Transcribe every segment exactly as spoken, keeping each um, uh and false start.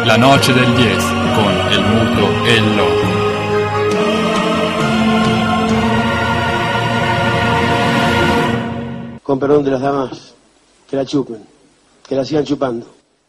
La noche del diez con el muto e el loco. Con perdón de las damas, que la chupen, que la sigan chupando.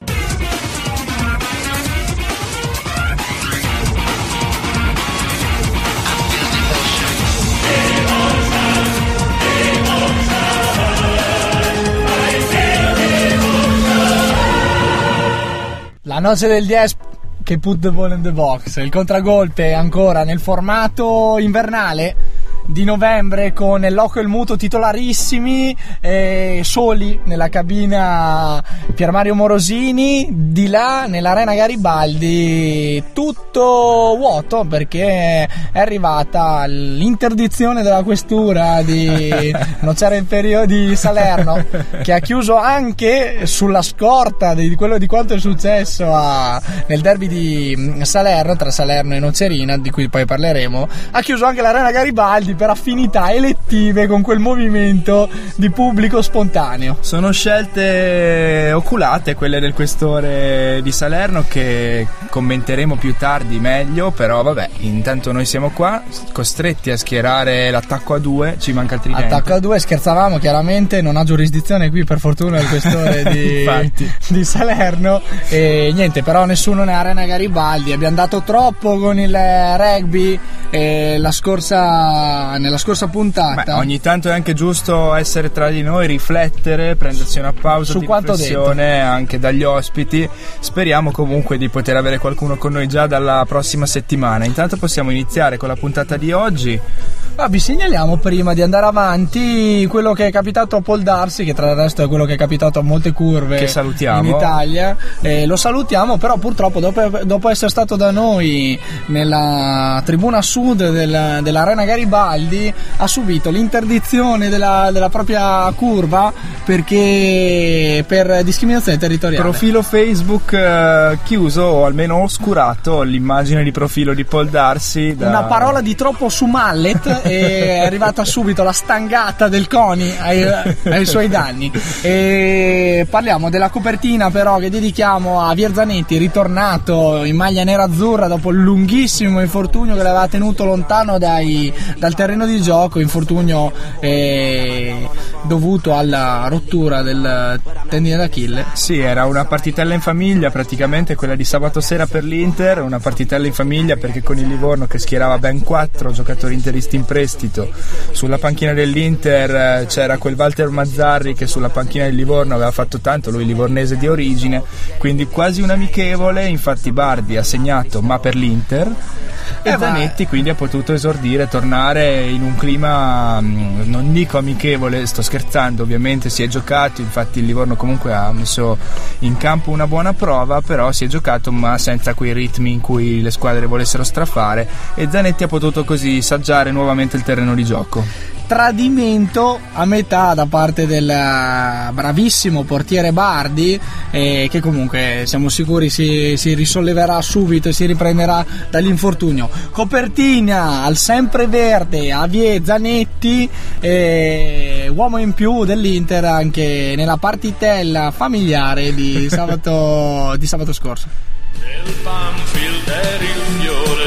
La noce del diez che put the ball in the box, il contragolpe ancora nel formato invernale di novembre con il loco e il muto titolarissimi, eh, soli nella cabina Pier Mario Morosini, di là nell'arena Garibaldi tutto vuoto perché è arrivata l'interdizione della questura di Nocera Inferiore di Salerno, che ha chiuso anche sulla scorta di quello di quanto è successo a, nel derby di Salerno tra Salerno e Nocerina, di cui poi parleremo. Ha chiuso anche l'arena Garibaldi per affinità elettive con quel movimento di pubblico spontaneo. Sono scelte oculate quelle del questore di Salerno, che commenteremo più tardi meglio, però vabbè, intanto noi siamo qua costretti a schierare l'attacco a due, ci manca altrimenti. Attacco a due, scherzavamo, chiaramente non ha giurisdizione qui per fortuna il questore di, di Salerno, e niente, però nessuno nell'arena Garibaldi. Abbiamo dato troppo con il rugby e la scorsa nella scorsa puntata. Beh, ogni tanto è anche giusto essere tra di noi, riflettere, prendersi una pausa su di quanto riflessione detto anche dagli ospiti. Speriamo comunque di poter avere qualcuno con noi già dalla prossima settimana. Intanto possiamo iniziare con la puntata di oggi. Ah, vi segnaliamo prima di andare avanti quello che è capitato a Paul Darcy, che tra l'altro è quello che è capitato a molte curve che salutiamo in Italia, eh, lo salutiamo, però purtroppo dopo, dopo essere stato da noi nella tribuna sud del, dell'arena Garibaldi ha subito l'interdizione della, della propria curva perché per discriminazione territoriale. Profilo Facebook eh, chiuso o almeno oscurato l'immagine di profilo di Paul Darcy da... Una parola di troppo su Mallet e è arrivata subito la stangata del CONI ai, ai suoi danni. E parliamo della copertina però che dedichiamo a Vierzanetti, ritornato in maglia nera-azzurra dopo il lunghissimo infortunio che l'aveva tenuto lontano dai, dal terreno di gioco, infortunio eh, dovuto alla rottura del tendine d'Achille. Sì, era una partitella in famiglia praticamente, quella di sabato sera per l'Inter, una partitella in famiglia perché con il Livorno che schierava ben quattro giocatori interisti in prestito. Sulla panchina dell'Inter c'era quel Walter Mazzarri che sulla panchina del Livorno aveva fatto tanto, lui livornese di origine, quindi quasi un amichevole. Infatti Bardi ha segnato ma per l'Inter e eh Zanetti quindi ha potuto esordire, tornare in un clima non dico amichevole, sto scherzando, ovviamente si è giocato, infatti il Livorno comunque ha messo in campo una buona prova, però si è giocato ma senza quei ritmi in cui le squadre volessero strafare, e Zanetti ha potuto così saggiare nuovamente il terreno di gioco. Tradimento a metà da parte del bravissimo portiere Bardi, eh, che comunque siamo sicuri si, si risolleverà subito e si riprenderà dall'infortunio. Copertina al sempreverde Javier Zanetti, eh, uomo in più dell'Inter anche nella partitella familiare di sabato, di sabato scorso. Del Banfield eri il fiore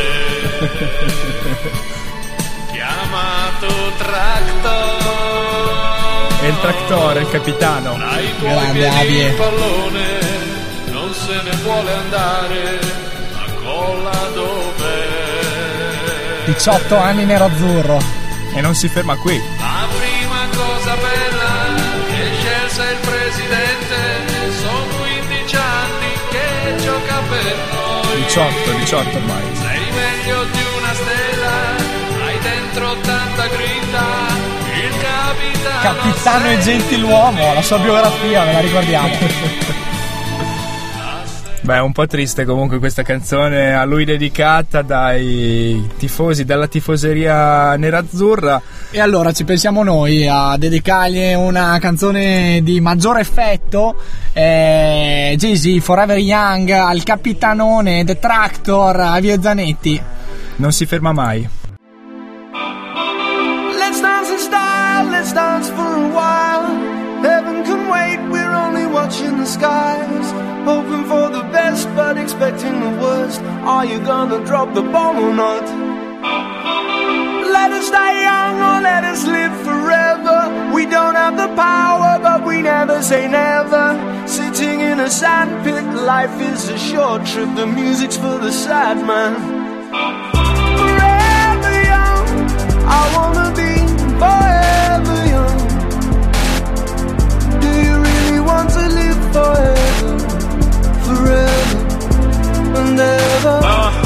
chiamato Tractor, e il trattore, il capitano. Tra i tuoi piedi il pallone non se ne vuole andare, ma colla dove? diciotto anni nero-azzurro e non si ferma qui. La prima cosa bella che scelse il presidente, sono quindici anni che gioca per noi. diciotto, diciotto ormai. Sei meglio di una stella, hai dentro tanta grinta, il capitano. Capitano e gentiluomo, la sua biografia ve la ricordiamo. Beh, è un po' triste comunque questa canzone a lui dedicata dai tifosi, dalla tifoseria nerazzurra. E allora ci pensiamo noi a dedicargli una canzone di maggiore effetto, eh, Jay-Z, Forever Young, al capitanone The Tractor, Javier Zanetti. Non si ferma mai. Let's dance in style, let's dance for a while. Heaven can wait, we're only watching the skies, hoping for the best, but expecting the worst. Are you gonna drop the bomb or not? Let us die young or let us live forever. We don't have the power, but we never say never. Sitting in a sandpit, life is a short trip. The music's for the sad man. Forever young, I wanna be forever young. Do you really want to live forever? Forever and ever. Uh.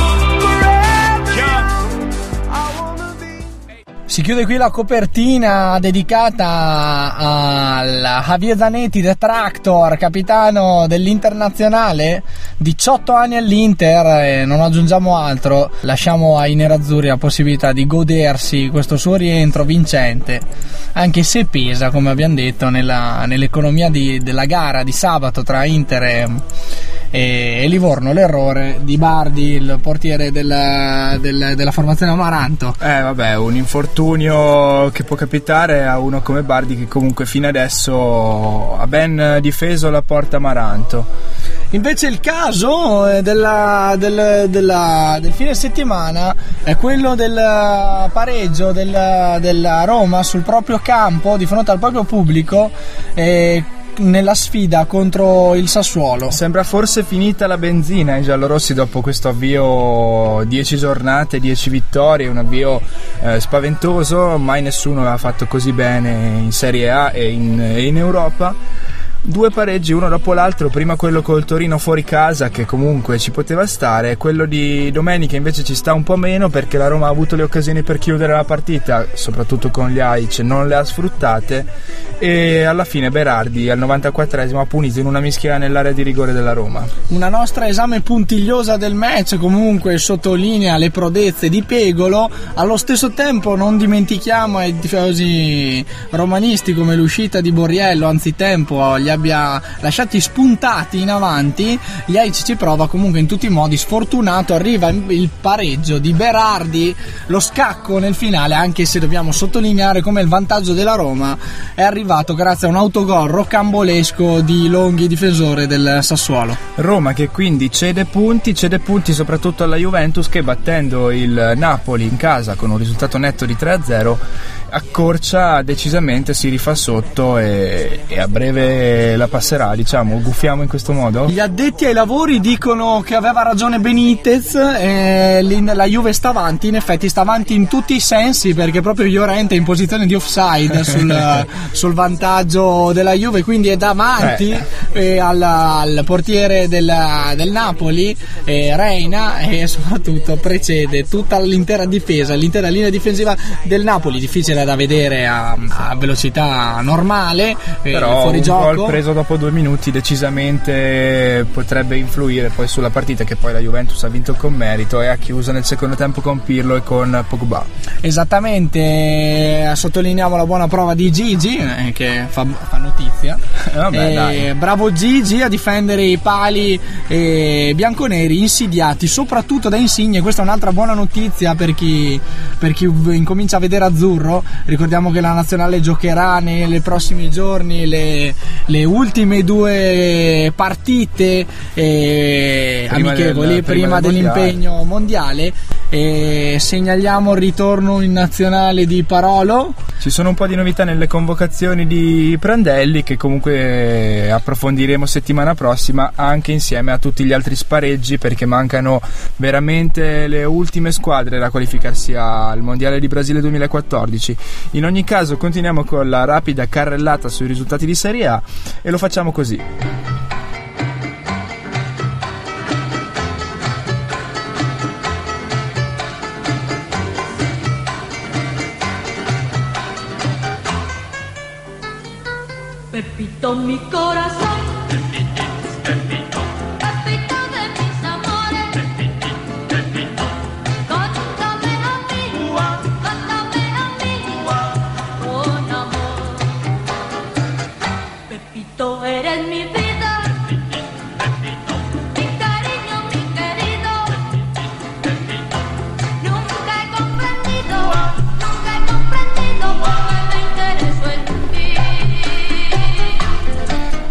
Si chiude qui la copertina dedicata al Javier Zanetti, The Tractor, capitano dell'Internazionale, diciotto anni all'Inter e non aggiungiamo altro. Lasciamo ai nerazzurri la possibilità di godersi questo suo rientro vincente, anche se pesa, come abbiamo detto, nella, nell'economia di, della gara di sabato tra Inter e, e, e Livorno, l'errore di Bardi, il portiere della, della, della formazione Amaranto. Eh vabbè, un infortunio che può capitare a uno come Bardi, che comunque fino adesso ha ben difeso la porta Amaranto. Invece il caso della, del, della, del fine settimana è quello del pareggio del, della Roma sul proprio campo, di fronte al proprio pubblico, eh, nella sfida contro il Sassuolo. Sembra forse finita la benzina ai giallorossi dopo questo avvio, dieci giornate, dieci vittorie, un avvio eh, spaventoso. Mai nessuno aveva fatto così bene in Serie A e in, e in Europa. Due pareggi uno dopo l'altro, prima quello col Torino fuori casa, che comunque ci poteva stare, quello di domenica invece ci sta un po' meno, perché la Roma ha avuto le occasioni per chiudere la partita, soprattutto con gli Aic, non le ha sfruttate, e alla fine Berardi al novantaquattresimo ha punito in una mischia nell'area di rigore della Roma. Una nostra esame puntigliosa del match comunque sottolinea le prodezze di Pegolo. Allo stesso tempo non dimentichiamo ai tifosi romanisti come l'uscita di Borriello anzitempo gli abbia lasciati spuntati in avanti. Gli Aic ci prova comunque in tutti i modi, sfortunato arriva il pareggio di Berardi, lo scacco nel finale, anche se dobbiamo sottolineare come il vantaggio della Roma è arrivato grazie a un autogol rocambolesco di Longhi, difensore del Sassuolo. Roma che quindi cede punti, cede punti soprattutto alla Juventus, che battendo il Napoli in casa con un risultato netto di tre a zero accorcia decisamente, si rifà sotto e, e a breve la passerà, diciamo. Guffiamo in questo modo? Gli addetti ai lavori dicono che aveva ragione Benitez, eh, la Juve sta avanti, in effetti sta avanti in tutti i sensi, perché proprio Llorente è in posizione di offside sul, sul vantaggio della Juve, quindi è davanti eh. Eh, al, al portiere della, del Napoli, eh, Reina, e soprattutto precede tutta l'intera difesa, l'intera linea difensiva del Napoli, difficile da vedere a, a velocità normale, però fuori un gioco. Gol preso dopo due minuti decisamente potrebbe influire poi sulla partita, che poi la Juventus ha vinto con merito e ha chiuso nel secondo tempo con Pirlo e con Pogba. Esattamente, sottolineiamo la buona prova di Gigi, eh, che fa, fa notizia. Vabbè, eh, dai. Bravo Gigi a difendere i pali eh, bianconeri insidiati soprattutto da Insigne. Questa è un'altra buona notizia per chi, per chi incomincia a vedere azzurro. Ricordiamo che la nazionale giocherà nei prossimi giorni le, le ultime due partite eh, prima amichevoli del, prima, prima del dell'impegno mondiale, e segnaliamo il ritorno in nazionale di Parolo. Ci sono un po' di novità nelle convocazioni di Prandelli, che comunque approfondiremo settimana prossima, anche insieme a tutti gli altri spareggi, perché mancano veramente le ultime squadre da qualificarsi al Mondiale di Brasile duemilaquattordici. In ogni caso continuiamo con la rapida carrellata sui risultati di Serie A e lo facciamo così. Pepito mi corazón, Pepito, Pepito, Pepito de mis amores, Pepito, Pepito, cántame a mí, cántame a mí, con amor. Pepito, eres mi vida, Pepito, Pepito, mi cariño, mi querido, Pepito, Pepito, nunca he comprendido, nunca he comprendido por qué me intereso en ti.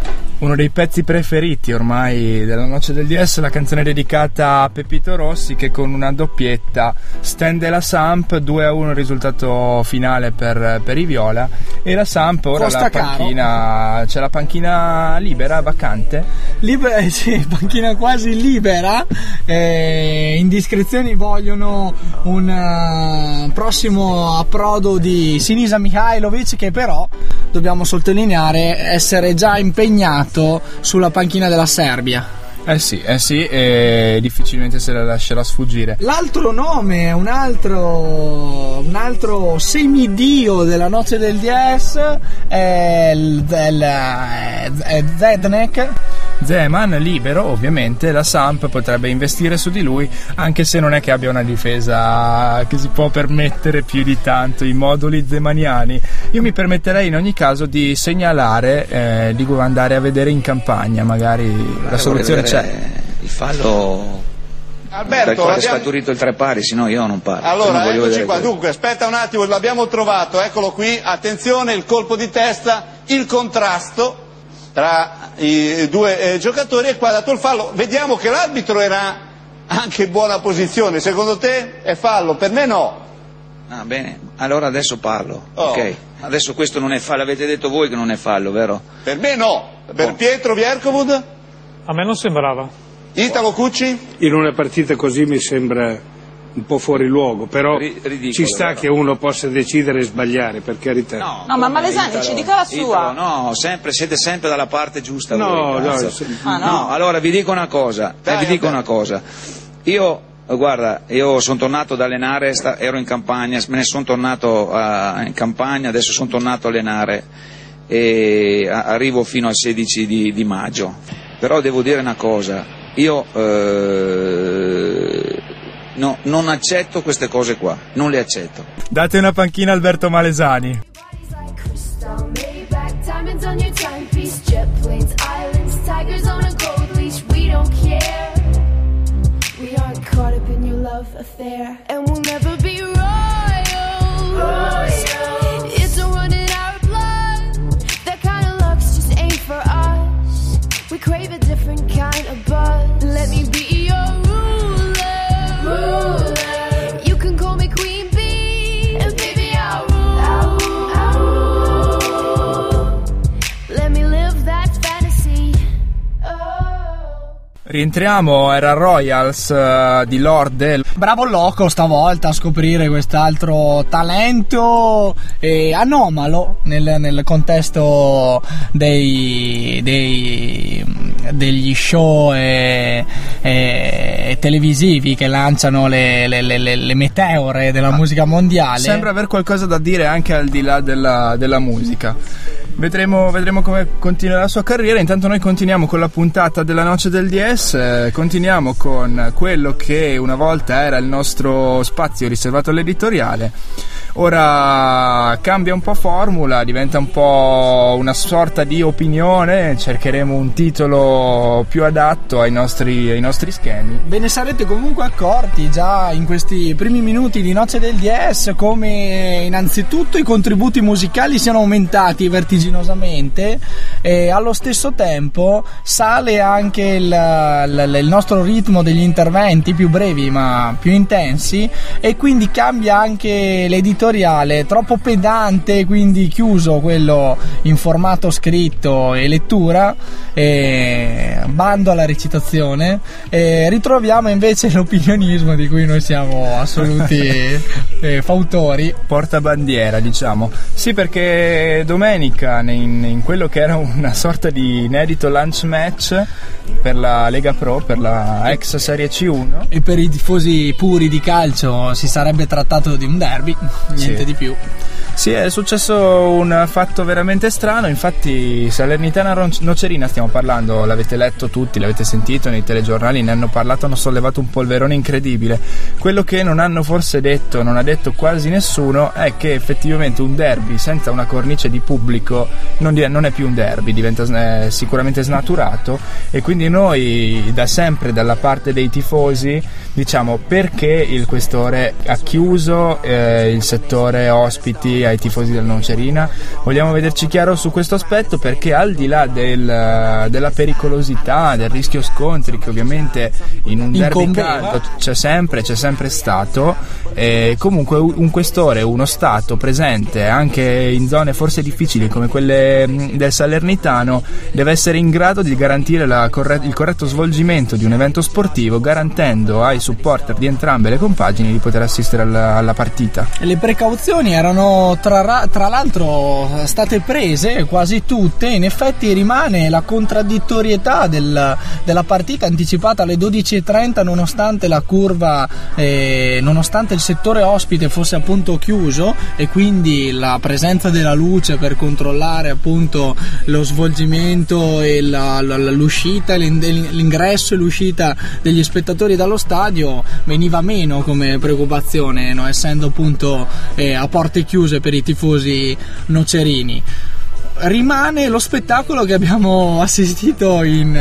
uno dei pezzi preferiti ormai della Noce del D S, la canzone dedicata a Pepito Rossi, che con una doppietta stende la Samp, due a uno il risultato finale per, per i Viola, e la Samp ora Costa la panchina, caro. C'è la panchina libera, vacante? Libera, sì, panchina quasi libera. Eh, indiscrezioni vogliono un uh, prossimo approdo di Sinisa Mihajlovic, che però dobbiamo sottolineare essere già impegnato sulla panchina della Serbia. Eh sì, eh sì, e difficilmente se la lascerà sfuggire. L'altro nome, un altro un altro semidio della Noce del D S è il, il, è Zednek. Zeman libero, ovviamente, la Samp potrebbe investire su di lui, anche se non è che abbia una difesa che si può permettere più di tanto i moduli zemaniani. Io mi permetterei in ogni caso di segnalare, eh, di andare a vedere in campagna, magari Guarda, la soluzione c'è. Il fallo Alberto, per quale è abbiamo... scaturito il tre pari, se no io non parlo. Allora, non eccoci qua, quello. dunque, aspetta un attimo, l'abbiamo trovato, eccolo qui, attenzione, il colpo di testa, il contrasto tra i due eh, giocatori, e qua ha dato il fallo. Vediamo che l'arbitro era anche in buona posizione. Secondo te è fallo? Per me no. Ah, bene, allora adesso parlo. Oh. Ok, adesso questo non è fallo, avete detto voi che non è fallo, vero? Per me no. Per Oh. Pietro Vierkovud? A me non sembrava. Italo Cucci? In una partita così mi sembra un po' fuori luogo, però ridicolo, ci sta vero? Che uno possa decidere e sbagliare, per carità. No, No, ma Malesani ci dica la sua. Italo, no, sempre, siete sempre dalla parte giusta. No, voi, no, cazzo. se- Ah, no? No, allora vi dico una cosa, Dai, eh, vi dico Alberto. una cosa. Io, eh, guarda, io sono tornato ad allenare, sta- ero in campagna, me ne sono tornato uh, in campagna, adesso sono tornato a allenare e a- arrivo fino al sedici di, di maggio. Però devo dire una cosa, io eh, no, non accetto queste cose qua, non le accetto. Date una panchina a Alberto Malesani. Diamonds on your timepiece, jet planes, islands, tigers on a gold leash. We don't care. We aren't caught up in your love affair, and we'll never be royals. Royals. It's a run in our blood. That kind of luck's just ain't for us. We crave a different kind of buzz. Let me be your ruler. Ruler. You can call me Queen Bee, and baby I'll rule. I'll rule. I'll rule. Let me live that fantasy. Oh. Rientriamo, era Royals uh, di Lorde. Bravo Loco stavolta a scoprire quest'altro talento eh, anomalo nel, nel contesto dei, dei, degli show e, e, televisivi che lanciano le, le, le, le meteore della musica mondiale. Sembra aver qualcosa da dire anche al di là della, della musica. Vedremo, vedremo come continua la sua carriera. Intanto noi continuiamo con la puntata della Noce del D S, eh, continuiamo con quello che una volta era il nostro spazio riservato all'editoriale. Ora cambia un po' formula, diventa un po' una sorta di opinione, cercheremo un titolo più adatto ai nostri, ai nostri schemi. Ve ne sarete comunque accorti già in questi primi minuti di Noce del D S come innanzitutto i contributi musicali siano aumentati vertiginosamente e allo stesso tempo sale anche il, il, il nostro ritmo degli interventi più brevi ma più intensi, e quindi cambia anche l'editoriale, troppo pedante, quindi chiuso quello in formato scritto e lettura, e bando alla recitazione, e ritroviamo invece l'opinionismo di cui noi siamo assoluti eh, fautori. Portabandiera, diciamo. Sì, perché domenica in, in quello che era una sorta di inedito lunch match per la Lega Pro, per la ex Serie C uno, e per i tifosi puri di calcio si sarebbe trattato di un derby, niente Sì. di più. Sì, è successo un fatto veramente strano. Infatti Salernitana Nocerina stiamo parlando, l'avete letto tutti, l'avete sentito nei telegiornali, ne hanno parlato, hanno sollevato un polverone incredibile. Quello che non hanno forse detto, non ha detto quasi nessuno, è che effettivamente un derby senza una cornice di pubblico non, di- non è più un derby, diventa eh, sicuramente snaturato, e quindi noi da sempre dalla parte dei tifosi diciamo: perché il questore ha chiuso eh, il settore ospiti ai tifosi del Nocerina. Vogliamo vederci chiaro su questo aspetto, perché al di là del, della pericolosità, del rischio scontri che ovviamente in un derby caldo c'è sempre, c'è sempre stato, e comunque un questore, uno stato presente anche in zone forse difficili come quelle del Salernitano deve essere in grado di garantire la corret- il corretto svolgimento di un evento sportivo, garantendo ai supporter di entrambe le compagini di poter assistere alla, alla partita. Le precauzioni erano tra, tra l'altro state prese quasi tutte. In effetti rimane la contraddittorietà del, della partita anticipata alle dodici e trenta, nonostante la curva eh, nonostante il settore ospite fosse appunto chiuso, e quindi la presenza della luce per controllare appunto lo svolgimento e la, la, l'uscita, l'ingresso e l'uscita degli spettatori dallo stadio veniva meno come preoccupazione, no? Essendo appunto eh, a porte chiuse per i tifosi nocerini. Rimane lo spettacolo che abbiamo assistito in,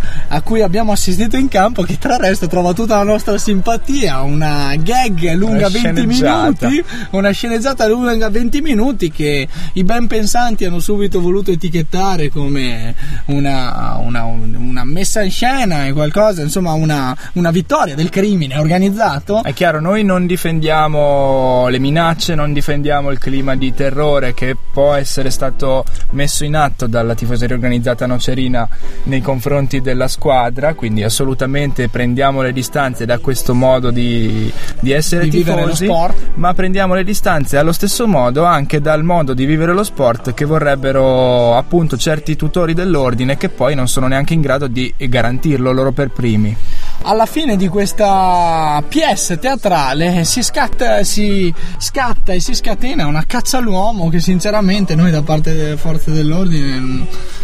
a cui abbiamo assistito in campo, che tra il resto trova tutta la nostra simpatia, una gag lunga una venti minuti, una sceneggiata lunga venti minuti che i ben pensanti hanno subito voluto etichettare come una, una, una messa in scena e qualcosa, insomma una, una vittoria del crimine organizzato. È chiaro, noi non difendiamo le minacce, non difendiamo il clima di terrore che può essere stato messo in atto dalla tifoseria organizzata nocerina nei confronti della squadra, quindi assolutamente prendiamo le distanze da questo modo di, di essere di tifosi, vivere lo sport, ma prendiamo le distanze allo stesso modo anche dal modo di vivere lo sport che vorrebbero appunto certi tutori dell'ordine, che poi non sono neanche in grado di garantirlo loro per primi. Alla fine di questa pièce teatrale si scatta, si scatta e si scatena una caccia all'uomo che sinceramente noi da parte delle forze dell'ordine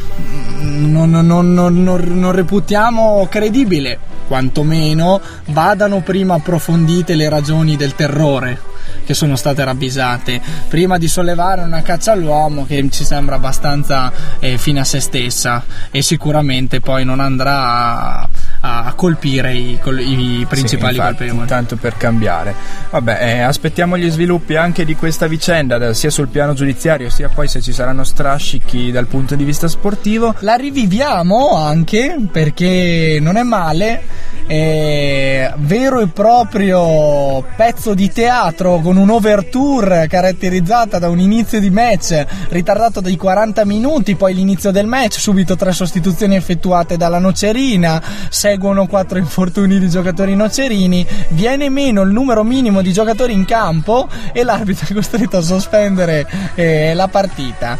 non, non, non, non, non reputiamo credibile. Quantomeno vadano prima approfondite le ragioni del terrore che sono state ravvisate prima di sollevare una caccia all'uomo che ci sembra abbastanza eh, fine a se stessa, e sicuramente poi non andrà a, a colpire i, i principali sì, infatti, colpevoli. Tanto per cambiare. Vabbè, eh, aspettiamo gli sviluppi anche di questa vicenda, sia sul piano giudiziario sia poi se ci saranno strascichi dal punto di vista sportivo. La riviviamo anche perché non è male, è vero e proprio pezzo di teatro con un'overture caratterizzata da un inizio di match ritardato dai quaranta minuti, poi l'inizio del match, subito tre sostituzioni effettuate dalla Nocerina, seguono quattro infortuni di giocatori nocerini, viene meno il numero minimo di giocatori in campo e l'arbitro è costretto a sospendere eh, la partita.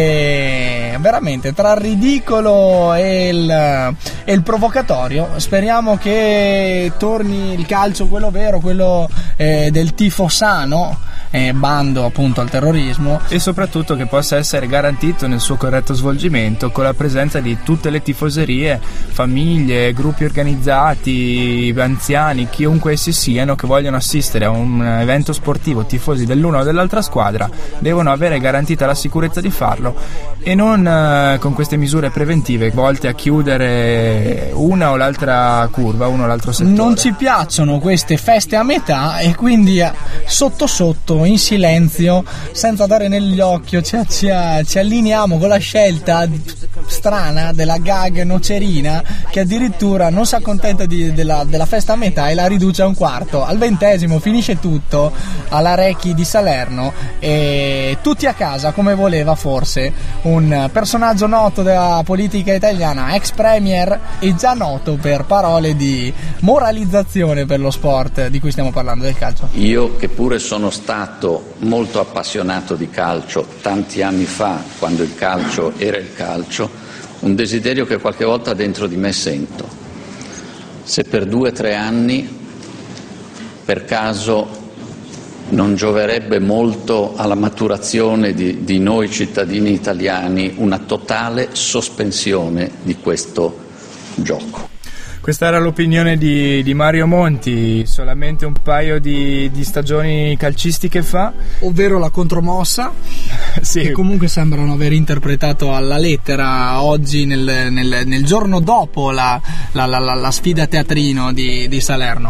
E veramente tra il ridicolo e il, e il provocatorio, speriamo che torni il calcio quello vero, quello eh, del tifo sano, eh, bando appunto al terrorismo, e soprattutto che possa essere garantito nel suo corretto svolgimento con la presenza di tutte le tifoserie, famiglie, gruppi organizzati, anziani, chiunque essi siano, che vogliono assistere a un evento sportivo, tifosi dell'una o dell'altra squadra, devono avere garantita la sicurezza di farlo, e non eh, con queste misure preventive volte a chiudere una o l'altra curva, uno o l'altro settore. Non ci piacciono queste feste a metà, e quindi sotto sotto, in silenzio, senza dare negli occhi, ci, ci, ci allineiamo con la scelta strana della gag nocerina, che addirittura non si accontenta di, della, della festa a metà e la riduce a un quarto. Al ventesimo finisce tutto alla Recchi di Salerno, e tutti a casa, come voleva forse un personaggio noto della politica italiana, ex premier e già noto per parole di moralizzazione per lo sport di cui stiamo parlando, del calcio. Io, che pure sono stato molto appassionato di calcio tanti anni fa, quando il calcio era il calcio, un desiderio che qualche volta dentro di me sento: se per due o tre anni per caso non gioverebbe molto alla maturazione di, di noi cittadini italiani una totale sospensione di questo gioco. Questa era l'opinione di, di Mario Monti solamente un paio di, di stagioni calcistiche fa, ovvero la contromossa, sì, che comunque sembrano aver interpretato alla lettera oggi nel, nel, nel giorno dopo la, la, la, la sfida teatrino di, di Salerno.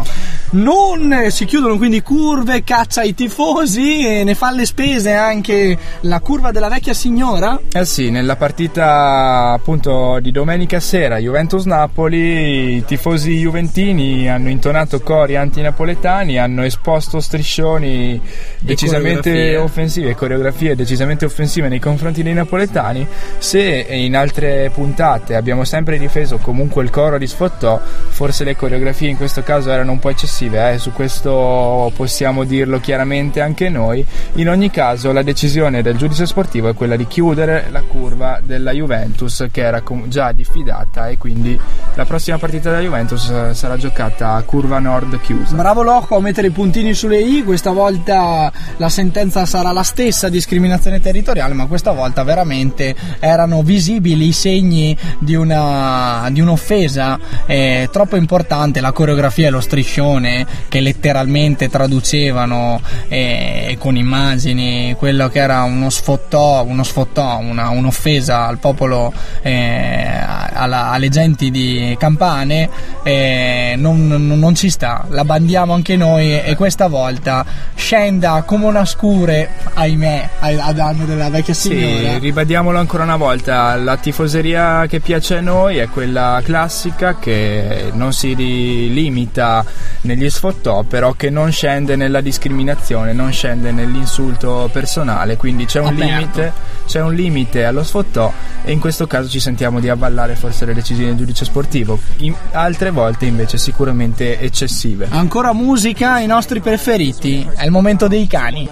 non si chiudono quindi curve, caccia ai tifosi e ne fa le spese anche la curva della vecchia signora. Eh sì, nella partita appunto di domenica sera Juventus-Napoli i tifosi juventini hanno intonato cori antinapoletani, hanno esposto striscioni decisamente coreografie. offensive e coreografie decisamente offensive nei confronti dei napoletani. Se in altre puntate abbiamo sempre difeso comunque il coro di Sfottò, forse le coreografie in questo caso erano un po' eccessive, eh? Su questo possiamo dirlo chiaramente anche noi. In ogni caso la decisione del giudice sportivo è quella di chiudere la curva della Juventus, che era già diffidata, e quindi la prossima partita della Juventus sarà giocata a curva nord chiusa. Bravo Loco a mettere i puntini sulle i, questa volta la sentenza sarà la stessa, discriminazione territoriale, ma questa volta veramente erano visibili i segni di una di un'offesa eh, troppo importante. La coreografia e lo striscione che letteralmente traducevano eh, con immagini quello che era uno sfottò, uno sfottò una, un'offesa al popolo, eh, alla, alle genti di Campane, eh, non, non, non ci sta, la bandiamo anche noi, e questa volta scenda come una scure, ahimè, a danno della vecchia signora. Sì, ribadiamolo ancora una volta, la tifoseria che piace a noi è quella classica, che non si limita negli sfottò, però che non scende nella discriminazione, non scende nell'insulto personale, quindi c'è un Aperto. limite, c'è un limite allo sfottò, e in questo caso ci sentiamo di avvallare forse le decisioni del giudice sportivo, in altre volte invece sicuramente eccessive. Ancora musica, i nostri preferiti, è il momento dei cani.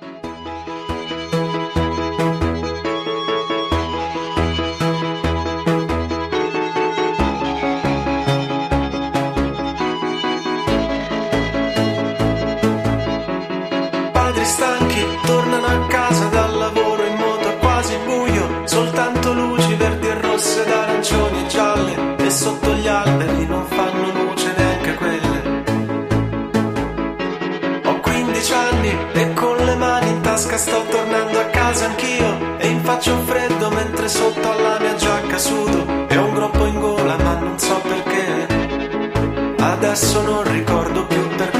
Padri stanchi tornano a casa dal lavoro in moto, è quasi buio, soltanto luci verdi e rosse, d'arancioni e gialle, e sotto gli alberi non fanno luce neanche quelle. Ho quindici anni e con le mani in tasca sto tornando a casa anch'io, e in faccia un freddo mentre sotto alla mia giacca sudo, e ho un groppo in gola ma non so perché, adesso non ricordo più perché.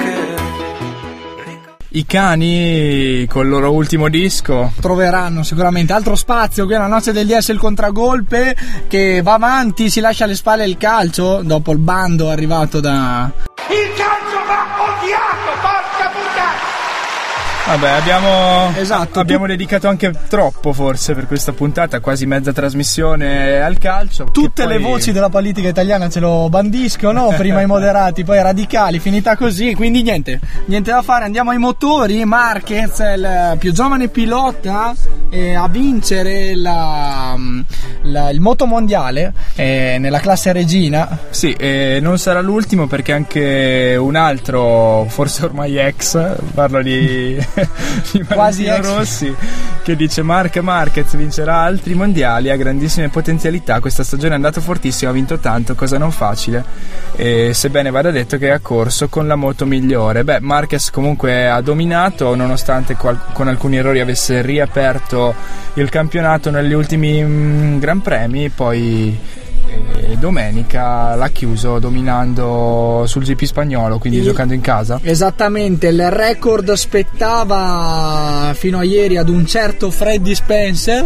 I Cani col loro ultimo disco troveranno sicuramente altro spazio qui alla noce del D S, il contragolpe che va avanti, si lascia alle spalle il calcio dopo il bando arrivato da... Il calcio va odiato, porca puttana! Vabbè, abbiamo, esatto, abbiamo tu... dedicato anche troppo forse per questa puntata, quasi mezza trasmissione al calcio. Tutte poi... le voci della politica italiana ce lo bandiscono, prima i moderati, poi i radicali, finita così, quindi niente, niente da fare, andiamo ai motori. Marquez, il più giovane pilota eh, a vincere la, la, il motomondiale eh, nella classe regina. Sì, e non sarà l'ultimo, perché anche un altro, forse ormai ex, parlo di... di quasi ex Rossi, che dice: Marc Marquez vincerà altri mondiali, ha grandissime potenzialità, questa stagione è andato fortissimo, ha vinto tanto, cosa non facile, e sebbene vada detto che ha corso con la moto migliore. Beh, Marquez comunque ha dominato, nonostante qual- con alcuni errori avesse riaperto il campionato negli ultimi mh, Gran Premi, poi e domenica l'ha chiuso dominando sul G P spagnolo, quindi il... giocando in casa. Esattamente, il record spettava fino a ieri ad un certo Freddy Spencer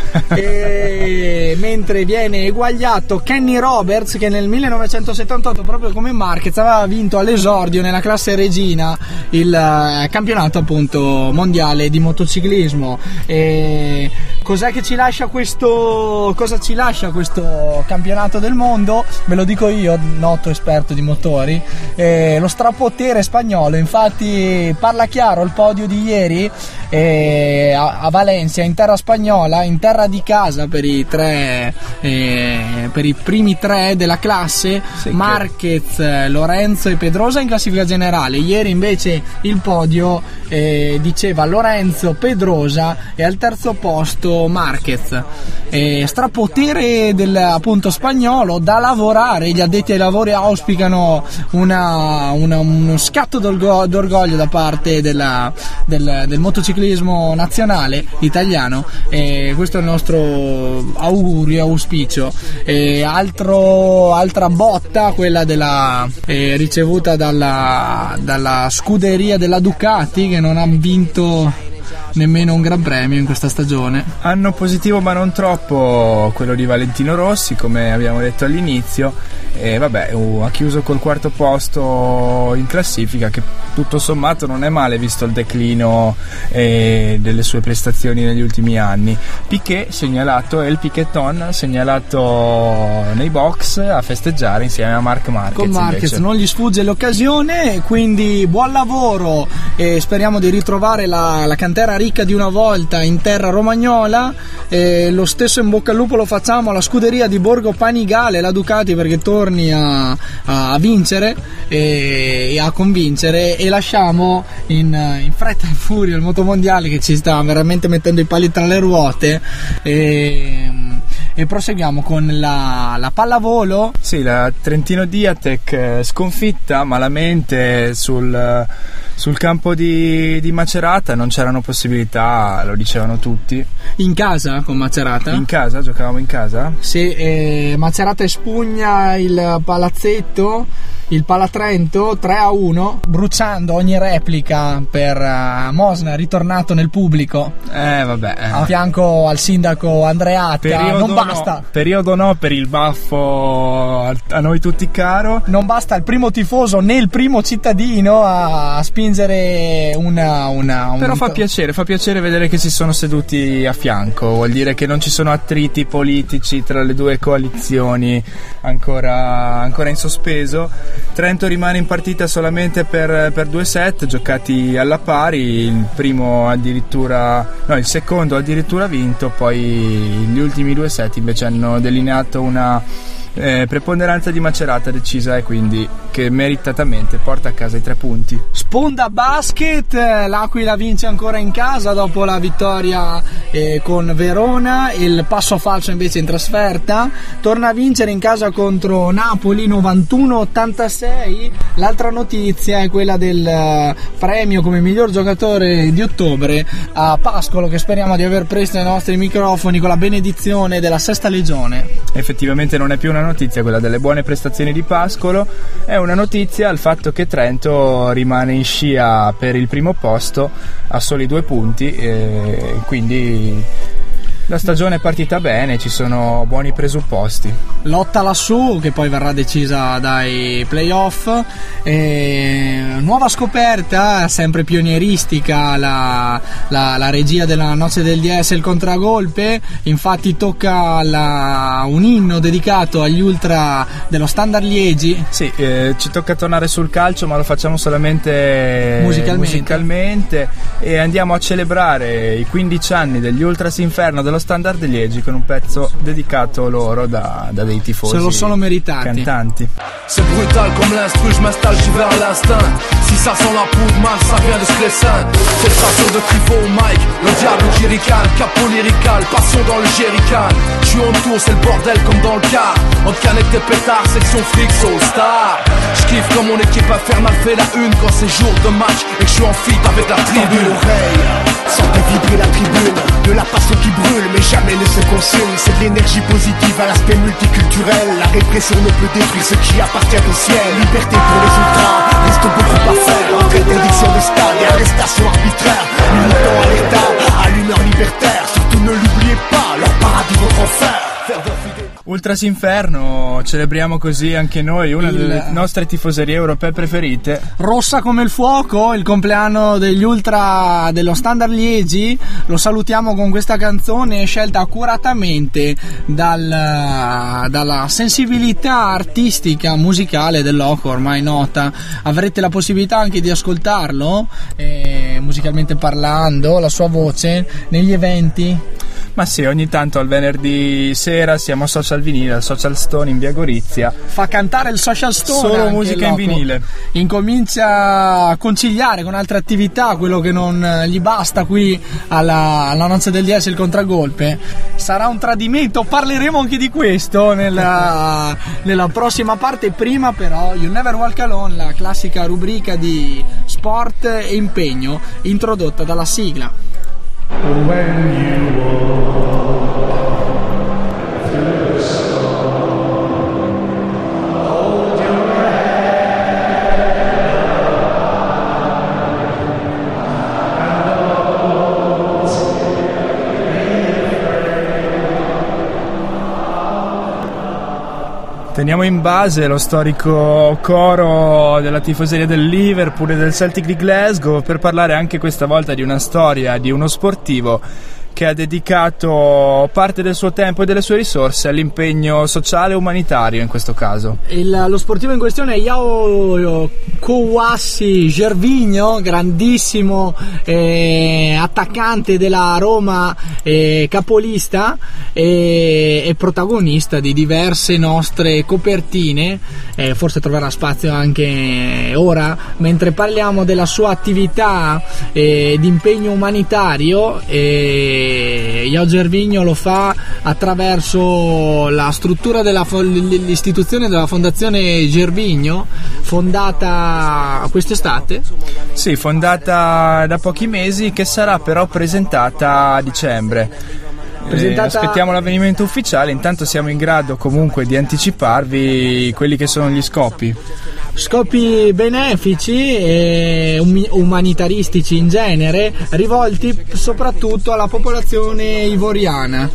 e mentre viene eguagliato Kenny Roberts, che nel millenovecentosettantotto, proprio come Marquez, aveva vinto all'esordio nella classe regina il eh, campionato appunto mondiale di motociclismo. E cos'è che ci lascia questo cosa ci lascia questo campionato del mondo? Ve lo dico io, noto esperto di motori, eh, lo strapotere spagnolo. Infatti parla chiaro il podio di ieri eh, a, a Valencia, in terra spagnola, in terra di casa per i tre eh, per i primi tre della classe, sì, Marquez, che... Lorenzo e Pedrosa in classifica generale. Ieri invece il podio eh, diceva Lorenzo, Pedrosa e al terzo posto Marquez. Eh, strapotere del appunto spagnolo spagnolo da lavorare. Gli addetti ai lavori auspicano una, una, uno scatto d'orgo- d'orgoglio da parte della, del, del motociclismo nazionale italiano, e questo è il nostro augurio, auspicio. E altro, altra botta, quella della, eh, ricevuta dalla, dalla scuderia della Ducati, che non ha vinto nemmeno un gran premio in questa stagione. Anno positivo ma non troppo quello di Valentino Rossi, come abbiamo detto all'inizio, e vabbè, uh, ha chiuso col quarto posto in classifica, che tutto sommato non è male visto il declino eh, delle sue prestazioni negli ultimi anni. Piquet segnalato, e il Piqueton segnalato nei box a festeggiare insieme a Marc Marquez. Con Marquez invece non gli sfugge l'occasione, quindi buon lavoro, e speriamo di ritrovare la, la cantera ricca di una volta in terra romagnola. E lo stesso in bocca al lupo lo facciamo alla scuderia di Borgo Panigale, la Ducati, perché torni a, a vincere e, e a convincere, e lasciamo in, in fretta e furia il motomondiale che ci sta veramente mettendo i pali tra le ruote, e, e proseguiamo con la, la pallavolo. Sì, la Trentino Diatec sconfitta malamente sul, sul campo di, di Macerata. Non c'erano possibilità, lo dicevano tutti. In casa con Macerata? In casa? Giocavamo in casa? Sì, eh, Macerata espugna il palazzetto, il Palatrento tre a uno, bruciando ogni replica per uh, Mosna, ritornato nel pubblico. Eh vabbè eh. A fianco al sindaco Andreatta. Periodo non basta no, periodo no per il baffo a, a noi tutti caro. Non basta il primo tifoso né il primo cittadino a, a spingere una, una un... Però fa piacere, fa piacere vedere che si sono seduti a fianco. Vuol dire che non ci sono attriti politici tra le due coalizioni ancora, ancora in sospeso. Trento rimane in partita solamente per, per due set giocati alla pari, il primo addirittura, no, il secondo addirittura vinto, poi gli ultimi due set invece hanno delineato una eh, preponderanza di Macerata decisa, e quindi che meritatamente porta a casa i tre punti. Sponda basket, l'Aquila vince ancora in casa dopo la vittoria eh, con Verona, il passo falso invece in trasferta, torna a vincere in casa contro Napoli novantuno a ottantasei. L'altra notizia è quella del uh, premio come miglior giocatore di ottobre a Pascolo, che speriamo di aver presto ai nostri microfoni con la benedizione della Sesta Legione. Effettivamente non è più una notizia quella delle buone prestazioni di Pascolo, è una notizia il fatto che Trento rimane in scia per il primo posto a soli due punti, e quindi la stagione è partita bene, ci sono buoni presupposti. Lotta lassù, che poi verrà decisa dai playoff. E nuova scoperta, sempre pionieristica, la, la, la regia della Noce del D S, il contragolpe. Infatti tocca la, un inno dedicato agli ultra dello Standard Liegi. Sì, eh, ci tocca tornare sul calcio, ma lo facciamo solamente musicalmente. musicalmente e andiamo a celebrare i quindici anni degli Ultras Inferno dello Standard Liegi con un pezzo dedicato loro da, da dei tifosi. Se lo sono meritati. Cantanti. C'est brutal comme l'instru, je m'installe, j'y vais à l'instinct. Si ça sent la poudre, mal, ça vient de ce cressin. Sensation de tifo au mic, le diable qui ricane, capot lyrical, passion dans le jerrycan. J'suis en tour, c'est le bordel comme dans le car. Entre canettes et pétards, section flic, soul star. J'kiffe quand mon équipe infernale fait la une quand c'est jour de match et que j'suis en feat avec la tribune. L'oreille, sentez vibrer la tribune. De la passion qui brûle mais jamais ne se consume. C'est de l'énergie positive à l'aspect multiculturel. La répression ne peut détruire ce qui appartient au ciel. Liberté pour les ultras, reste beaucoup à faire. Entre interdiction de stade et arrestation arbitraire. Militant à l'état, à l'humeur libertaire. Surtout ne l'oubliez pas, leur paradis votre enfer. Ultras Inferno, celebriamo così anche noi una il... delle nostre tifoserie europee preferite. Rossa come il fuoco, il compleanno degli Ultra dello Standard Liegi. Lo salutiamo con questa canzone scelta accuratamente dal, dalla sensibilità artistica musicale del Loco, ormai nota. Avrete la possibilità anche di ascoltarlo eh, musicalmente parlando, la sua voce negli eventi. Ma sì, ogni tanto al venerdì sera siamo a Social Vinile, al Social Stone in via Gorizia. Fa cantare il Social Stone. Solo musica in vinile. Incomincia a conciliare con altre attività quello che non gli basta qui alla, alla noce del D S, il contragolpe. Sarà un tradimento, parleremo anche di questo nella, nella prossima parte. Prima però You Never Walk Alone, la classica rubrica di sport e impegno introdotta dalla sigla. Teniamo in base lo storico coro della tifoseria del Liverpool e del Celtic di Glasgow per parlare anche questa volta di una storia di uno sportivo che ha dedicato parte del suo tempo e delle sue risorse all'impegno sociale e umanitario in questo caso. Il, lo sportivo in questione è João Kouassi Gervinho, grandissimo eh, attaccante della Roma, eh, capolista e, e protagonista di diverse nostre copertine, eh, forse troverà spazio anche ora mentre parliamo della sua attività eh, di impegno umanitario. eh, João Gervinho lo fa attraverso la struttura della l'istituzione della Fondazione Gervinho, fondata quest'estate. Sì, fondata da pochi mesi, che sarà però presentata a dicembre. Presentata... Eh, aspettiamo l'avvenimento ufficiale, intanto siamo in grado comunque di anticiparvi quelli che sono gli scopi. Scopi benefici e umanitaristici in genere, rivolti soprattutto alla popolazione ivoriana.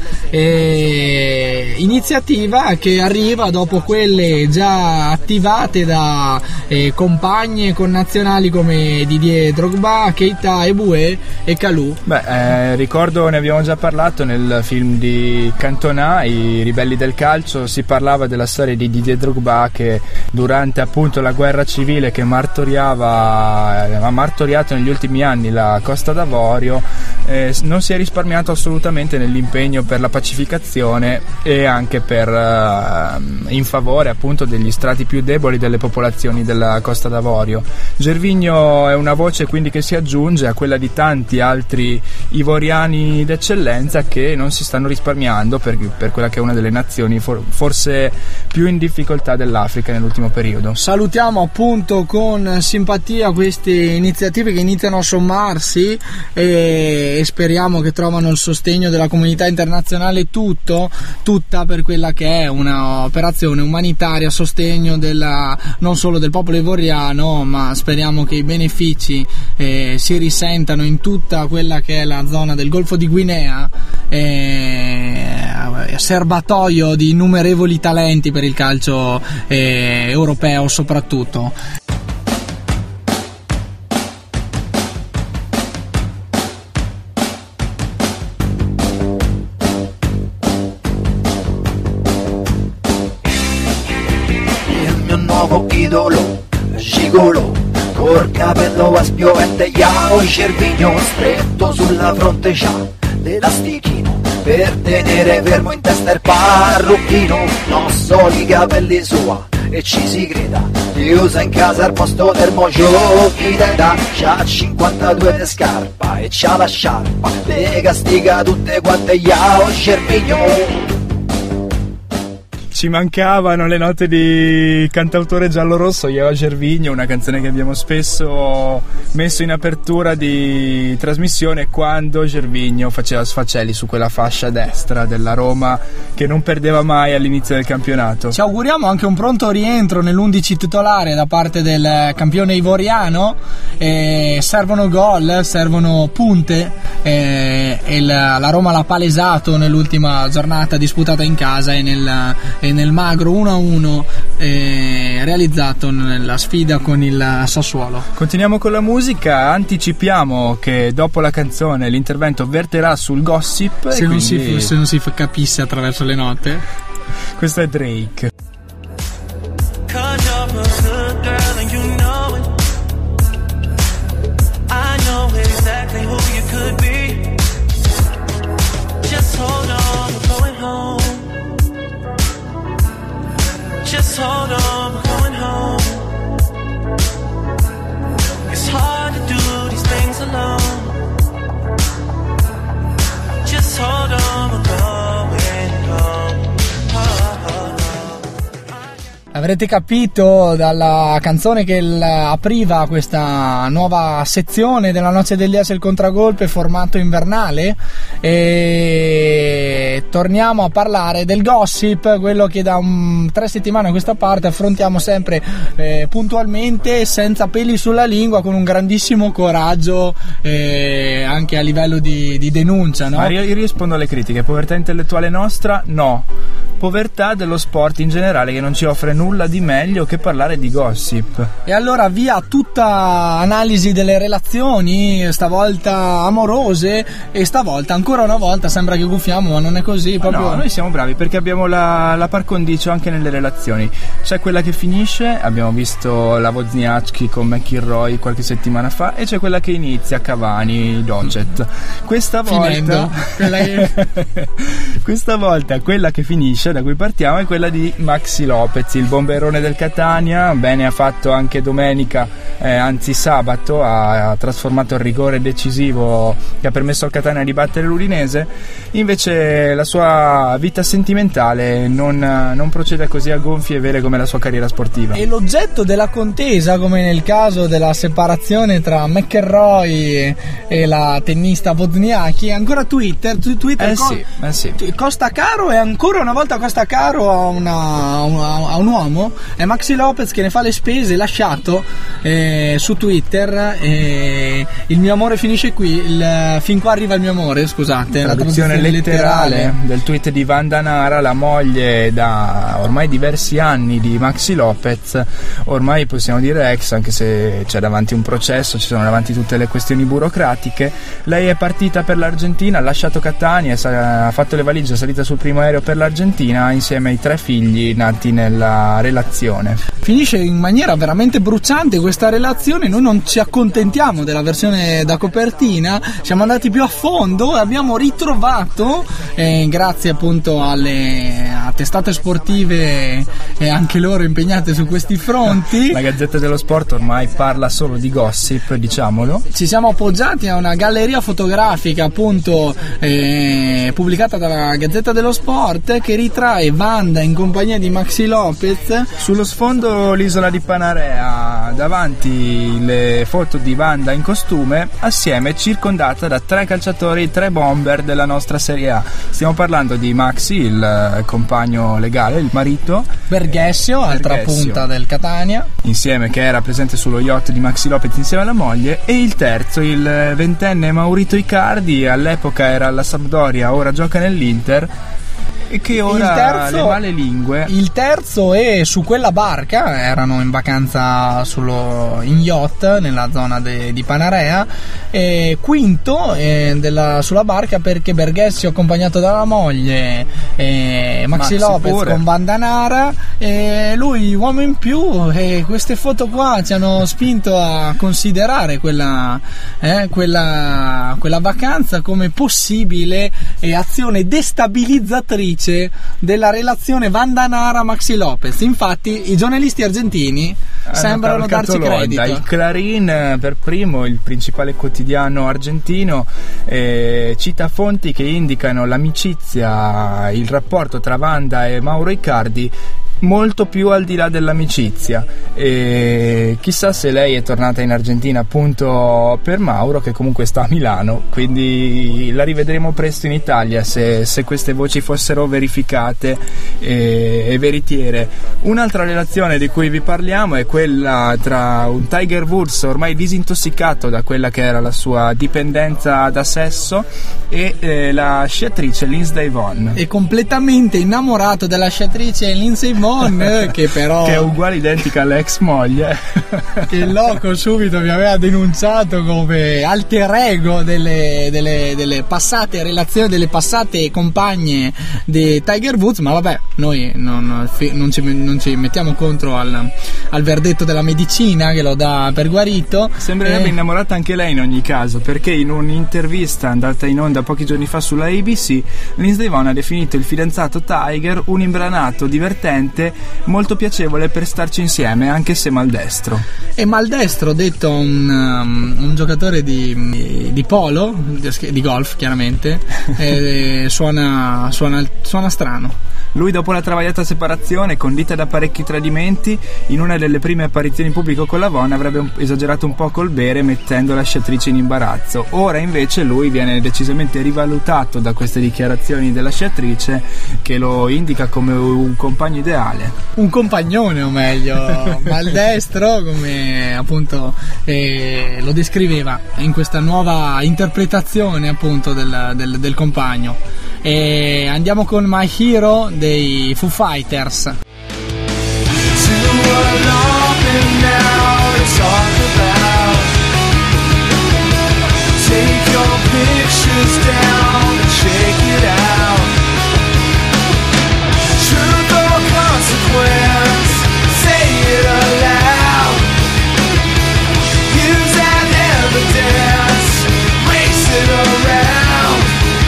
E iniziativa che arriva dopo quelle già attivate da eh, compagni e connazionali come Didier Drogba, Keita Eboué e Kalou. Beh, eh, ricordo, ne abbiamo già parlato nel film di Cantona, I ribelli del calcio. Si parlava della storia di Didier Drogba che durante appunto la guerra civile che martoriava ha martoriato negli ultimi anni la Costa d'Avorio, eh, non si è risparmiato assolutamente nell'impegno per la pacificazione e anche per eh, in favore appunto degli strati più deboli delle popolazioni della Costa d'Avorio. Gervinho è una voce quindi che si aggiunge a quella di tanti altri ivoriani d'eccellenza che non si stanno risparmiando per, per quella che è una delle nazioni for, forse più in difficoltà dell'Africa nell'ultimo periodo. Salutiamo appunto con simpatia queste iniziative che iniziano a sommarsi e, e speriamo che trovano il sostegno della comunità internazionale tutto, tutta per quella che è un'operazione umanitaria a sostegno della, non solo del popolo ivoriano, ma speriamo che i benefici eh, si risentano in tutta quella che è la zona del Golfo di Guinea, eh, serbatoio di innumerevoli talenti per il calcio eh, europeo soprattutto. Il mio nuovo idolo, gigolo, col capello a spiovente, João Gervinho, stretto sulla fronte c'ha l'elastichino per tenere fermo in testa il parrucchino, non so i capelli sua e ci si creda, li usa in casa al posto del giochi d'età, c'ha cinquantadue di scarpa e c'ha la sciarpa, le castiga tutte quante João Gervinho. Ci mancavano le note di cantautore giallorosso João Gervinho, una canzone che abbiamo spesso messo in apertura di trasmissione quando Gervinho faceva sfaceli su quella fascia destra della Roma che non perdeva mai all'inizio del campionato. Ci auguriamo anche un pronto rientro nell'undici titolare da parte del campione ivoriano. Eh, servono gol, servono punte eh, e la, la Roma l'ha palesato nell'ultima giornata disputata in casa e nel e nel magro uno a uno eh, realizzato nella sfida con il Sassuolo. Continuiamo con la musica, anticipiamo che dopo la canzone l'intervento verterà sul gossip se, e non, quindi... si, se non si capisse attraverso le note. Questo è Drake. Just hold Avrete capito dalla canzone che il, apriva questa nuova sezione della Noce degli As, il contragolpe formato invernale, e torniamo a parlare del gossip, quello che da un, tre settimane a questa parte affrontiamo sempre eh, puntualmente, senza peli sulla lingua, con un grandissimo coraggio eh, anche a livello di, di denuncia, no? Ma io rispondo alle critiche. Povertà intellettuale nostra? No. Povertà dello sport in generale, che non ci offre nulla di meglio che parlare di gossip. E allora via tutta analisi delle relazioni, stavolta amorose, e stavolta ancora una volta sembra che guffiamo, ma non è così proprio. No, noi siamo bravi perché abbiamo la, la par condicio anche nelle relazioni. C'è quella che finisce, abbiamo visto la Wozniacki con McIlroy qualche settimana fa, e c'è quella che inizia, Cavani, Docet. Questa volta Finendo, quella che... questa volta quella che finisce, da cui partiamo, è quella di Maxi Lopez, il bomberone del Catania. Bene ha fatto anche domenica, eh, anzi sabato, ha, ha trasformato il rigore decisivo che ha permesso al Catania di battere l'Udinese. Invece la sua vita sentimentale non, non procede così a gonfie vele come la sua carriera sportiva. E l'oggetto della contesa, come nel caso della separazione tra McElroy e la tennista Wozniacki, è ancora Twitter. Twitter eh co- sì, eh sì. costa caro, e ancora una volta costa caro a, una, a, una, a un uomo. È Maxi Lopez che ne fa le spese, lasciato eh, su Twitter, eh, il mio amore finisce qui, il, fin qua arriva il mio amore, scusate, la traduzione letterale, letterale del tweet di Vanda Nara, la moglie da ormai diversi anni di Maxi Lopez, ormai possiamo dire ex, anche se c'è davanti un processo, ci sono davanti tutte le questioni burocratiche. Lei è partita per l'Argentina, ha lasciato Catania, ha fatto le valigie, è salita sul primo aereo per l'Argentina insieme ai tre figli nati nella relazione. Finisce in maniera veramente bruciante questa relazione. Noi non ci accontentiamo della versione da copertina, siamo andati più a fondo e abbiamo ritrovato, eh, grazie appunto alle a testate sportive e anche loro impegnate su questi fronti. La Gazzetta dello Sport ormai parla solo di gossip, diciamolo. Ci siamo appoggiati a una galleria fotografica appunto eh, pubblicata dalla Gazzetta dello Sport, che ritrae Vanda in compagnia di Maxi Lopez. Sullo sfondo l'isola di Panarea, davanti le foto di Vanda in costume, assieme circondata da tre calciatori, tre bomber della nostra Serie A. Stiamo parlando di Maxi, il compagno legale, il marito, Berghessio, altra Berghessio, punta del Catania, insieme, che era presente sullo yacht di Maxi Lopez insieme alla moglie, e il terzo, il ventenne Maurito Icardi, all'epoca era alla Sampdoria, ora gioca nell'Inter, e che ora il terzo, le male lingue. Il terzo è su quella barca, erano in vacanza sullo, in yacht nella zona de, di Panarea, e quinto eh, della, sulla barca, perché Berghessio accompagnato dalla moglie, eh, Maxi, Maxi Lopez pure con Vanda Nara, e lui uomo in più, e queste foto qua ci hanno spinto a considerare quella, eh, quella, quella vacanza come possibile eh, azione destabilizzatrice della relazione Vanda Nara-Maxi Lopez. Infatti i giornalisti argentini eh, sembrano darci credito. Il Clarín per primo, il principale quotidiano argentino, eh, cita fonti che indicano l'amicizia, il rapporto tra Vanda e Mauro Icardi molto più al di là dell'amicizia, e chissà se lei è tornata in Argentina appunto per Mauro, che comunque sta a Milano, quindi la rivedremo presto in Italia se, se queste voci fossero verificate e, e veritiere. Un'altra relazione di cui vi parliamo è quella tra un Tiger Woods ormai disintossicato da quella che era la sua dipendenza da sesso e eh, la sciatrice Lindsey Vonn. È completamente innamorato della sciatrice Lindsey Vonn, che però che è uguale, identica all'ex moglie, che il loco subito mi aveva denunciato come alter ego delle, delle, delle passate relazioni, delle passate compagne di Tiger Woods. Ma vabbè, noi non, non, ci, non ci mettiamo contro al, al verdetto della medicina che lo dà per guarito. Sembrerebbe eh. innamorata anche lei in ogni caso, perché in un'intervista andata in onda pochi giorni fa sulla A B C, Lindsey Vonn ha definito il fidanzato Tiger un imbranato divertente, molto piacevole per starci insieme, anche se maldestro. E maldestro, detto un, um, un giocatore di, di polo, di golf chiaramente, eh, suona, suona, suona strano. Lui, dopo la travagliata separazione, condita da parecchi tradimenti, in una delle prime apparizioni in pubblico con la Von avrebbe un- esagerato un po' col bere, mettendo la sciatrice in imbarazzo. Ora invece lui viene decisamente rivalutato da queste dichiarazioni della sciatrice, che lo indica come un compagno ideale. Un compagnone, o meglio, maldestro, come appunto eh, lo descriveva in questa nuova interpretazione appunto del, del, del compagno. E andiamo con My Hero dei Foo Fighters. Take your pictures down and check it out. Truth or consequence, say it aloud. Use that evidence, race it around.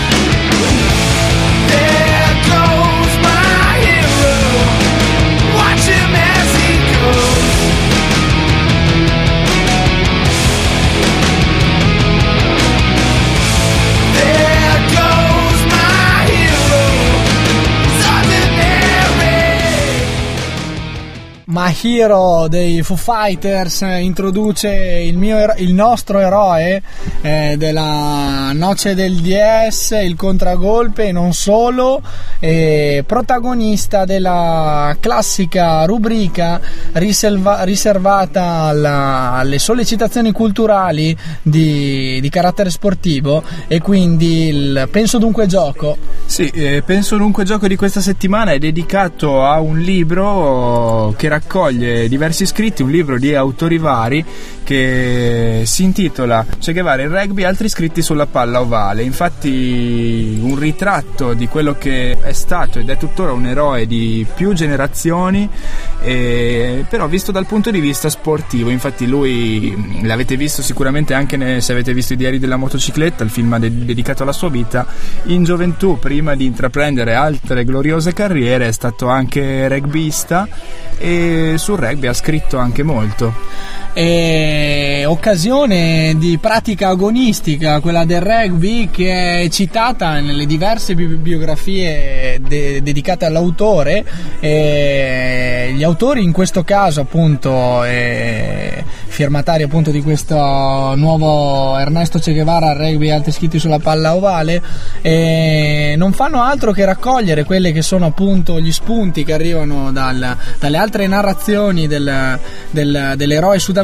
There goes my hero, watch him as he goes. My Hero dei Foo Fighters introduce il, mio ero- il nostro eroe eh, della Noce del D S, il contragolpe e non solo, eh, protagonista della classica rubrica riserva- riservata alla- alle sollecitazioni culturali di, di carattere sportivo, e quindi il Penso Dunque Gioco. Sì, eh, Penso Dunque Gioco di questa settimana è dedicato a un libro che raccoglie diversi scritti, un libro di autori vari che si intitola Che Guevara, il rugby e altri scritti sulla palla ovale. Infatti un ritratto di quello che è stato ed è tuttora un eroe di più generazioni, eh, però visto dal punto di vista sportivo. Infatti lui, l'avete visto sicuramente anche ne, se avete visto I Diari della motocicletta, il film de- dedicato alla sua vita. In gioventù, prima di intraprendere altre gloriose carriere, è stato anche rugbyista e sul rugby ha scritto anche molto. E occasione di pratica agonistica, quella del rugby, che è citata nelle diverse bi- biografie de- dedicate all'autore. E gli autori, in questo caso appunto eh, firmatari appunto di questo nuovo Ernesto Che Guevara, rugby e altri scritti sulla palla ovale, eh, non fanno altro che raccogliere quelle che sono appunto gli spunti che arrivano dal, dalle altre narrazioni del, del, dell'eroe sudamericano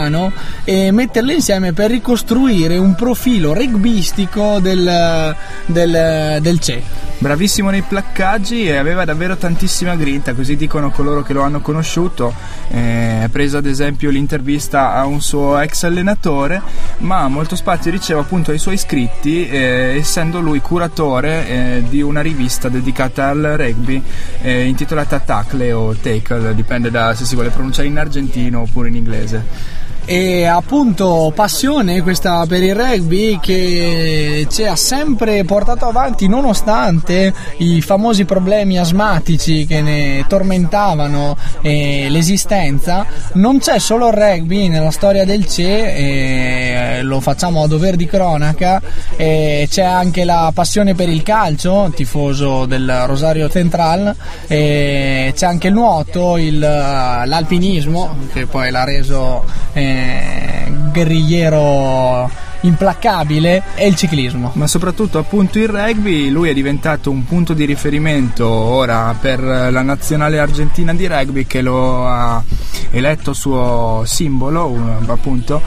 e metterle insieme per ricostruire un profilo rugbyistico del, del, del Che. Bravissimo nei placcaggi e aveva davvero tantissima grinta, così dicono coloro che lo hanno conosciuto. Eh, ha preso ad esempio l'intervista a un suo ex allenatore, ma molto spazio riceve appunto ai suoi scritti, eh, essendo lui curatore eh, di una rivista dedicata al rugby eh, intitolata Tackle o Tackle, dipende da se si vuole pronunciare in argentino oppure in inglese. E appunto passione questa per il rugby che ci ha sempre portato avanti nonostante i famosi problemi asmatici che ne tormentavano eh, l'esistenza. Non c'è solo il rugby nella storia del Che, eh, lo facciamo a dover di cronaca, eh, c'è anche la passione per il calcio, tifoso del Rosario Central, eh, c'è anche il nuoto, il, l'alpinismo che poi l'ha reso eh, guerrigliero implacabile, e il ciclismo. Ma soprattutto appunto il rugby. Lui è diventato un punto di riferimento ora per la nazionale argentina di rugby, che lo ha eletto suo simbolo appunto,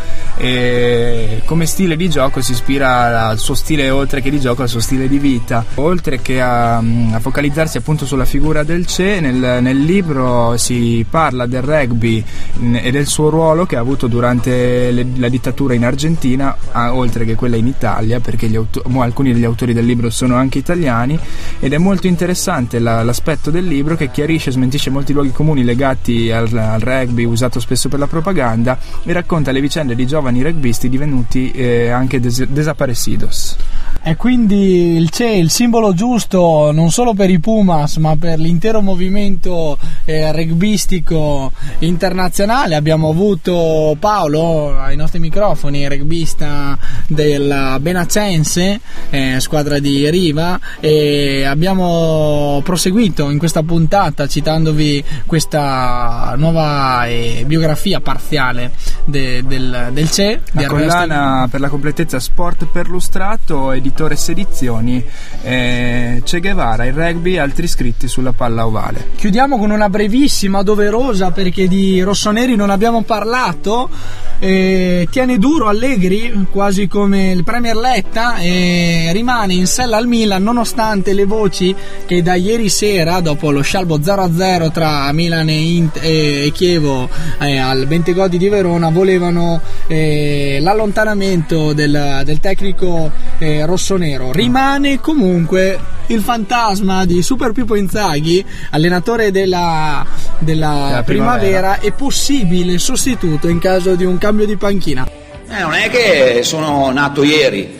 e come stile di gioco si ispira al suo stile, oltre che di gioco al suo stile di vita, oltre che a, a focalizzarsi appunto sulla figura del Che. Nel, nel libro si parla del rugby e del suo ruolo che ha avuto durante le, la dittatura in Argentina, oltre che quella in Italia, perché gli auto- alcuni degli autori del libro sono anche italiani, ed è molto interessante la, l'aspetto del libro che chiarisce e smentisce molti luoghi comuni legati al, al rugby usato spesso per la propaganda, e racconta le vicende di giovani rugbisti divenuti eh, anche des- desaparecidos. E quindi il C E, il simbolo giusto non solo per i Pumas ma per l'intero movimento eh, rugbyistico internazionale. Abbiamo avuto Paolo ai nostri microfoni, rugbista del Benacense, eh, squadra di Riva, e abbiamo proseguito in questa puntata citandovi questa nuova eh, biografia parziale de, del, del C E. La collana, per la completezza, Sport Perlustrato, editore Sedizioni, eh, Che Guevara, il rugby, altri scritti sulla palla ovale. Chiudiamo con una brevissima doverosa, perché di rossoneri non abbiamo parlato. Eh, tiene duro Allegri, quasi come il Premier Letta, e rimane in sella al Milan nonostante le voci che da ieri sera, dopo lo scialbo zero a zero tra Milan e, Int- e Chievo eh, al Bentegodi di Verona, volevano eh, l'allontanamento del, del tecnico eh, rossonero. Rimane comunque il fantasma di Super Pippo Inzaghi, allenatore della, della, della primavera, primavera, e possibile sostituto in caso di un cambio di panchina. Eh, non è che sono nato ieri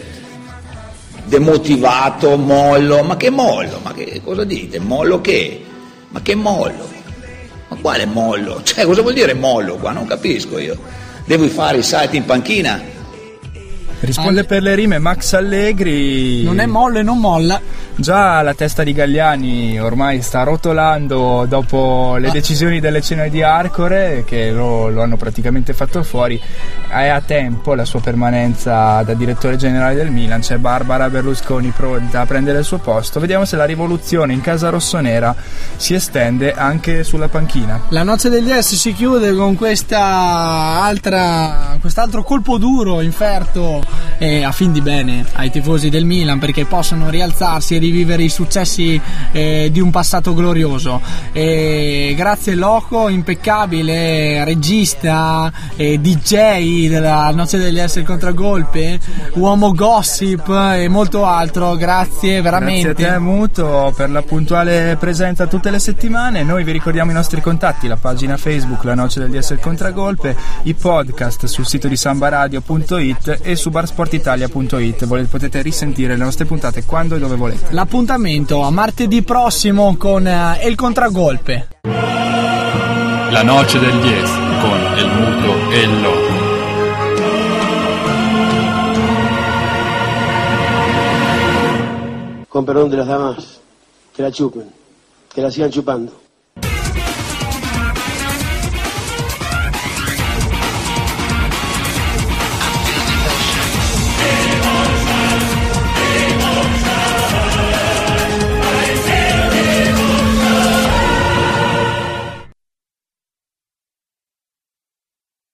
demotivato, mollo, ma che mollo? Ma che cosa dite? Mollo che? Ma che mollo? Ma quale mollo? Cioè, cosa vuol dire mollo qua? Non capisco io. Devo fare i salti in panchina? Risponde All... per le rime Max Allegri. Non è mollo e non molla. Già la testa di Galliani ormai sta rotolando dopo le ah. decisioni delle cene di Arcore, che lo, lo hanno praticamente fatto fuori. È a tempo la sua permanenza da direttore generale del Milan. C'è Barbara Berlusconi pronta a prendere il suo posto. Vediamo se la rivoluzione in casa rossonera si estende anche sulla panchina. La noce degli S si chiude con questa altra, quest'altro colpo duro inferto eh, a fin di bene ai tifosi del Milan, perché possono rialzarsi e rivivere i successi eh, di un passato glorioso. E grazie Loco, impeccabile regista, eh, D J della Noce degli S, il Contragolpe, uomo gossip e molto altro. Grazie veramente. Grazie a te Muto per la puntuale presenza tutte le settimane. Noi vi ricordiamo i nostri contatti: la pagina Facebook La Noce degli S, il Contragolpe, i podcast sul sito di sambaradio punto it e su barsportitalia punto it. Potete risentire le nostre puntate quando e dove volete. L'appuntamento a martedì prossimo con uh, El Contragolpe. La Noce del diez con El Muto e el Loco. Con perdón de las damas, que la chupen, que la sigan chupando.